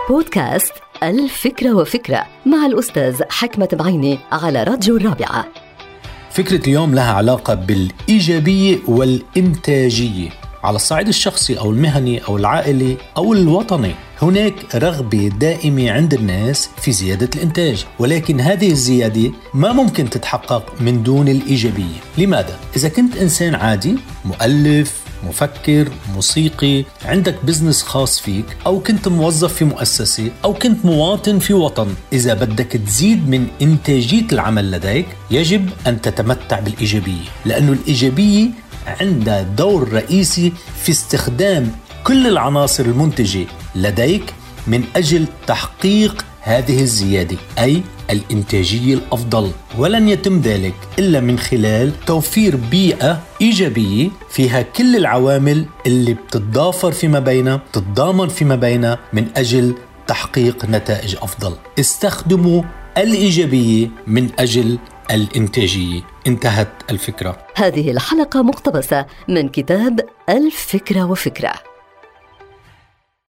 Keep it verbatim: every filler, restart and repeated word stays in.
بودكاست الفكرة وفكرة مع الأستاذ حكمة بعيني على راديو الرابعة. فكرة اليوم لها علاقة بالإيجابية والإنتاجية على الصعيد الشخصي أو المهني أو العائلي أو الوطني. هناك رغبة دائمة عند الناس في زيادة الإنتاج، ولكن هذه الزيادة ما ممكن تتحقق من دون الإيجابية. لماذا؟ إذا كنت إنسان عادي، مؤلف، مفكر، موسيقي، عندك بزنس خاص فيك، أو كنت موظف في مؤسسة، أو كنت مواطن في وطن، إذا بدك تزيد من إنتاجية العمل لديك يجب أن تتمتع بالإيجابية، لأنه الإيجابية عندها دور رئيسي في استخدام كل العناصر المنتجة لديك من أجل تحقيق هذه الزيادة، أي الإنتاجية الأفضل. ولن يتم ذلك إلا من خلال توفير بيئة إيجابية فيها كل العوامل اللي بتتضافر فيما بينها، تتضامن فيما بينها من أجل تحقيق نتائج أفضل. استخدموا الإيجابية من أجل الإنتاجية. انتهت الفكرة. هذه الحلقة مقتبسة من كتاب الفكرة وفكرة.